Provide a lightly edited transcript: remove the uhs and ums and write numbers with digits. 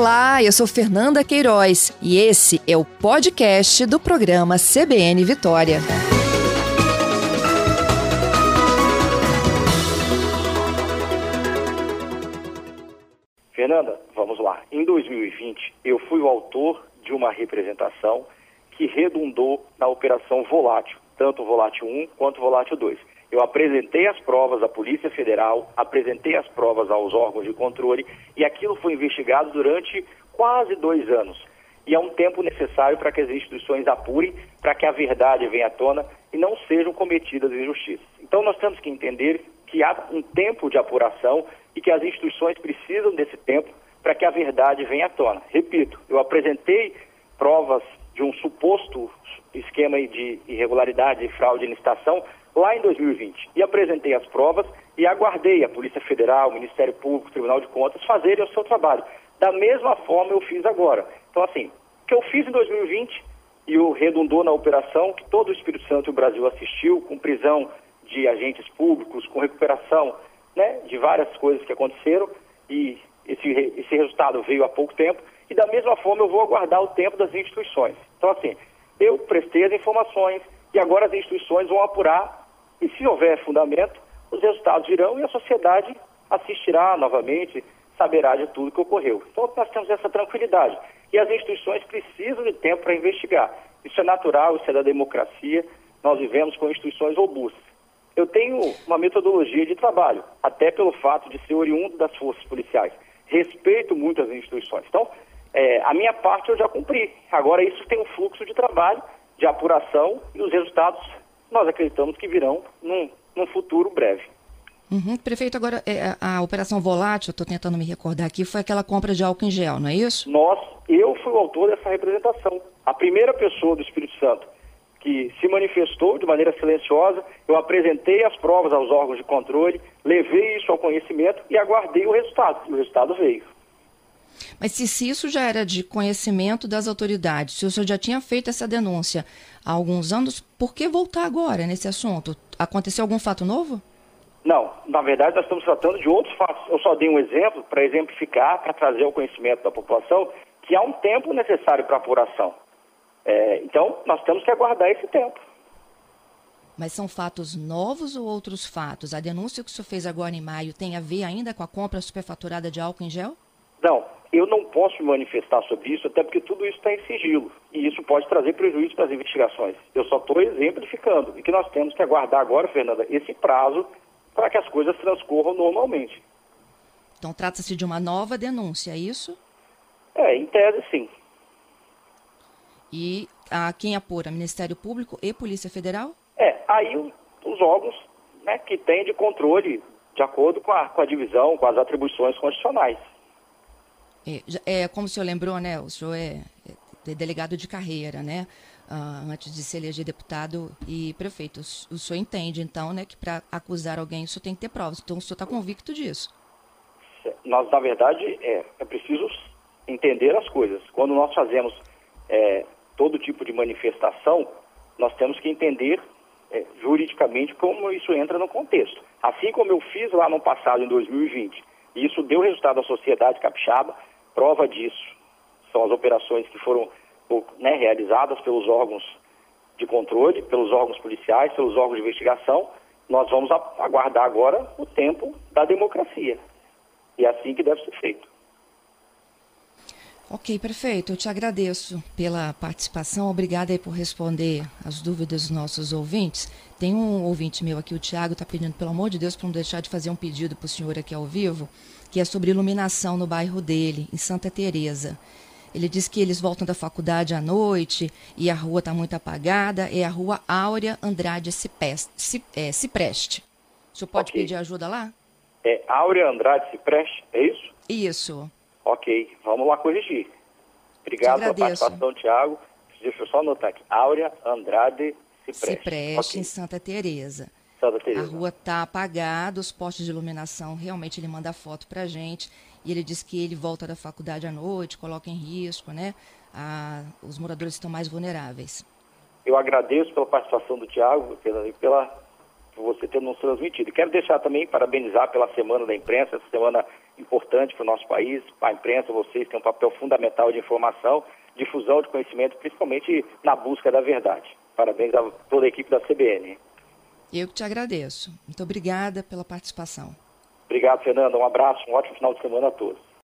Olá, eu sou Fernanda Queiroz e esse é o podcast do programa CBN Vitória. Fernanda, vamos lá. Em 2020, eu fui o autor de uma representação que redundou na Operação Volátil, tanto o Volátil 1 quanto o Volátil 2. Eu apresentei as provas à Polícia Federal, apresentei as provas aos órgãos de controle e aquilo foi investigado durante quase 2 anos. E é um tempo necessário para que as instituições apurem, para que a verdade venha à tona e não sejam cometidas injustiças. Então nós temos que entender que há um tempo de apuração e que as instituições precisam desse tempo para que a verdade venha à tona. Repito, eu apresentei provas de um suposto esquema de irregularidade e fraude em licitação lá em 2020 e apresentei as provas e aguardei a Polícia Federal, o Ministério Público, o Tribunal de Contas fazerem o seu trabalho. Da mesma forma eu fiz agora. Então assim, o que eu fiz em 2020 e o redundou na operação que todo o Espírito Santo e o Brasil assistiu, com prisão de agentes públicos, com recuperação, né, de várias coisas que aconteceram e esse resultado veio há pouco tempo e da mesma forma eu vou aguardar o tempo das instituições. Então assim, eu prestei as informações e agora as instituições vão apurar e se houver fundamento, os resultados virão e a sociedade assistirá novamente, saberá de tudo que ocorreu. Então nós temos essa tranquilidade e as instituições precisam de tempo para investigar. Isso é natural, isso é da democracia, nós vivemos com instituições robustas. Eu tenho uma metodologia de trabalho, até pelo fato de ser oriundo das forças policiais. Respeito muito as instituições. Então, a minha parte eu já cumpri. Agora isso tem um fluxo de trabalho, de apuração e os resultados nós acreditamos que virão num futuro breve. Prefeito, agora a Operação Volátil, estou tentando me recordar aqui, foi aquela compra de álcool em gel, não é isso? Eu fui o autor dessa representação. A primeira pessoa do Espírito Santo que se manifestou de maneira silenciosa, eu apresentei as provas aos órgãos de controle, levei isso ao conhecimento e aguardei o resultado. E o resultado veio. Mas se isso já era de conhecimento das autoridades, se o senhor já tinha feito essa denúncia há alguns anos, por que voltar agora nesse assunto? Aconteceu algum fato novo? Não, na verdade nós estamos tratando de outros fatos. Eu só dei um exemplo para exemplificar, para trazer ao conhecimento da população que há um tempo necessário para apuração. Então, nós temos que aguardar esse tempo. Mas são fatos novos ou outros fatos? A denúncia que o senhor fez agora em maio tem a ver ainda com a compra superfaturada de álcool em gel? Não, eu não posso me manifestar sobre isso, até porque tudo isso está em sigilo. E isso pode trazer prejuízo para as investigações. Eu só estou exemplificando. E que nós temos que aguardar agora, Fernanda, esse prazo para que as coisas transcorram normalmente. Então, trata-se de uma nova denúncia, é isso? Em tese, sim. E quem apura? Ministério Público e Polícia Federal? Aí os órgãos, né, que têm de controle de acordo com a divisão, com as atribuições constitucionais. Como o senhor lembrou, né, o senhor é delegado de carreira, né, antes de se eleger deputado e prefeito. O senhor entende, então, né, que para acusar alguém o senhor tem que ter provas. Então o senhor está convicto disso? Nós, na verdade, é preciso entender as coisas. Quando nós fazemos todo tipo de manifestação, nós temos que entender juridicamente como isso entra no contexto. Assim como eu fiz lá no passado, em 2020, e isso deu resultado à sociedade capixaba, prova disso são as operações que foram realizadas pelos órgãos de controle, pelos órgãos policiais, pelos órgãos de investigação. Nós vamos aguardar agora o tempo da democracia. E é assim que deve ser feito. Ok, prefeito, eu te agradeço pela participação, obrigada aí por responder as dúvidas dos nossos ouvintes. Tem um ouvinte meu aqui, o Tiago, está pedindo, pelo amor de Deus, para não deixar de fazer um pedido para o senhor aqui ao vivo, que é sobre iluminação no bairro dele, em Santa Teresa. Ele diz que eles voltam da faculdade à noite e a rua está muito apagada, é a rua Áurea Andrade Cipreste. O senhor pode pedir ajuda lá? Áurea Andrade Cipreste, é isso? Isso. Ok, vamos lá corrigir. Obrigado pela participação, Tiago. Deixa eu só anotar aqui. Áurea Andrade Cipreste, em Santa Teresa. A rua está apagada, os postes de iluminação, realmente ele manda foto para a gente. E ele diz que ele volta da faculdade à noite, coloca em risco, né? Os moradores estão mais vulneráveis. Eu agradeço pela participação do Tiago e por você ter nos transmitido. Quero deixar também, parabenizar pela Semana da Imprensa, essa semana importante para o nosso país. A imprensa, vocês têm um papel fundamental de informação, difusão de conhecimento, principalmente na busca da verdade. Parabéns a toda a equipe da CBN. Eu que te agradeço. Muito obrigada pela participação. Obrigado, Fernanda. Um abraço, um ótimo final de semana a todos.